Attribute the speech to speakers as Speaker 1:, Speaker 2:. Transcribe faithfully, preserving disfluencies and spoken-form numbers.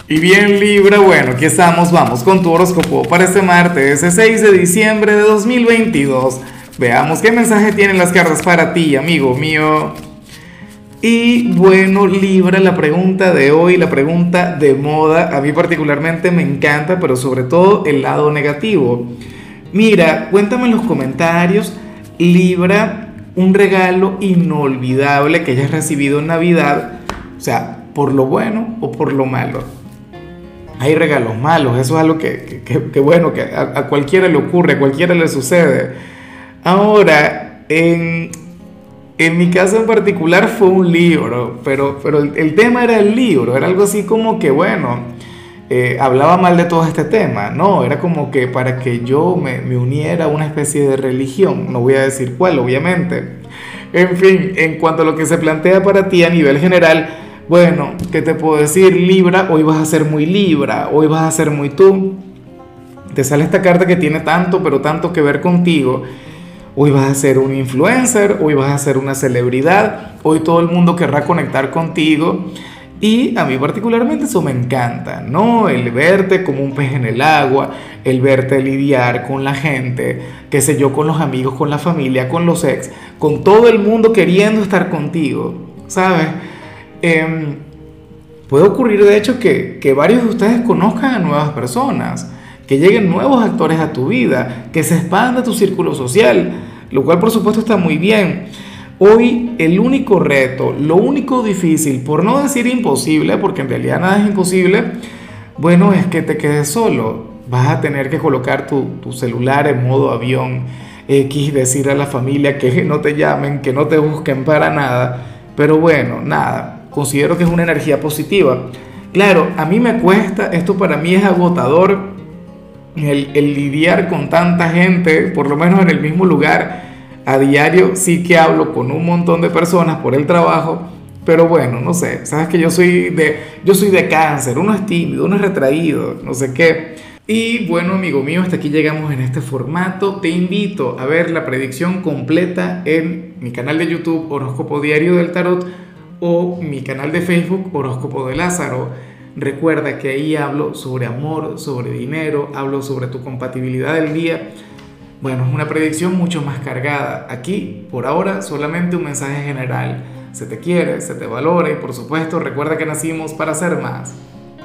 Speaker 1: Y bien Libra, bueno, aquí estamos, vamos con tu horóscopo para este martes, seis de diciembre de dos mil veintidós. Veamos qué mensaje tienen las cartas para ti, amigo mío. Y bueno, Libra, la pregunta de hoy, la pregunta de moda, a mí particularmente me encanta, pero sobre todo el lado negativo. Mira, cuéntame en los comentarios, Libra, un regalo inolvidable que hayas recibido en Navidad, o sea, por lo bueno o por lo malo. Hay regalos malos, eso es algo que, que, que bueno, que a, a cualquiera le ocurre, a cualquiera le sucede. Ahora, en, en mi caso en particular fue un libro, pero, pero el, el tema era el libro, era algo así como que, bueno, eh, hablaba mal de todo este tema, ¿no? Era como que para que yo me, me uniera a una especie de religión, no voy a decir cuál, obviamente. En fin, en cuanto a lo que se plantea para ti a nivel general, bueno, ¿qué te puedo decir, Libra? Hoy vas a ser muy Libra, hoy vas a ser muy tú. Te sale esta carta que tiene tanto, pero tanto que ver contigo. Hoy vas a ser un influencer, hoy vas a ser una celebridad, hoy todo el mundo querrá conectar contigo. Y a mí particularmente eso me encanta, ¿no? El verte como un pez en el agua, el verte lidiar con la gente, qué sé yo, con los amigos, con la familia, con los ex, con todo el mundo queriendo estar contigo, ¿sabes? Eh, puede ocurrir de hecho que, que varios de ustedes conozcan a nuevas personas, que lleguen nuevos actores a tu vida, que se expanda tu círculo social, lo cual por supuesto está muy bien. Hoy el único reto, lo único difícil, por no decir imposible, porque en realidad nada es imposible, bueno, es que te quedes solo. Vas a tener que colocar tu, tu celular en modo avión X, decir a la familia que no te llamen, que no te busquen para nada, pero bueno, nada. Considero que es una energía positiva. Claro, a mí me cuesta, esto para mí es agotador, el, el lidiar con tanta gente, por lo menos en el mismo lugar, a diario sí que hablo con un montón de personas por el trabajo, pero bueno, no sé, sabes que yo soy de, yo soy de cáncer, uno es tímido, uno es retraído, no sé qué. Y bueno, amigo mío, hasta aquí llegamos en este formato. Te invito a ver la predicción completa en mi canal de YouTube Horóscopo Diario del Tarot o mi canal de Facebook Horóscopo de Lázaro. Recuerda que ahí hablo sobre amor, sobre dinero, hablo sobre tu compatibilidad del día. Bueno, es una predicción mucho más cargada. Aquí, por ahora, solamente un mensaje general. Se te quiere, se te valora y por supuesto recuerda que nacimos para ser más.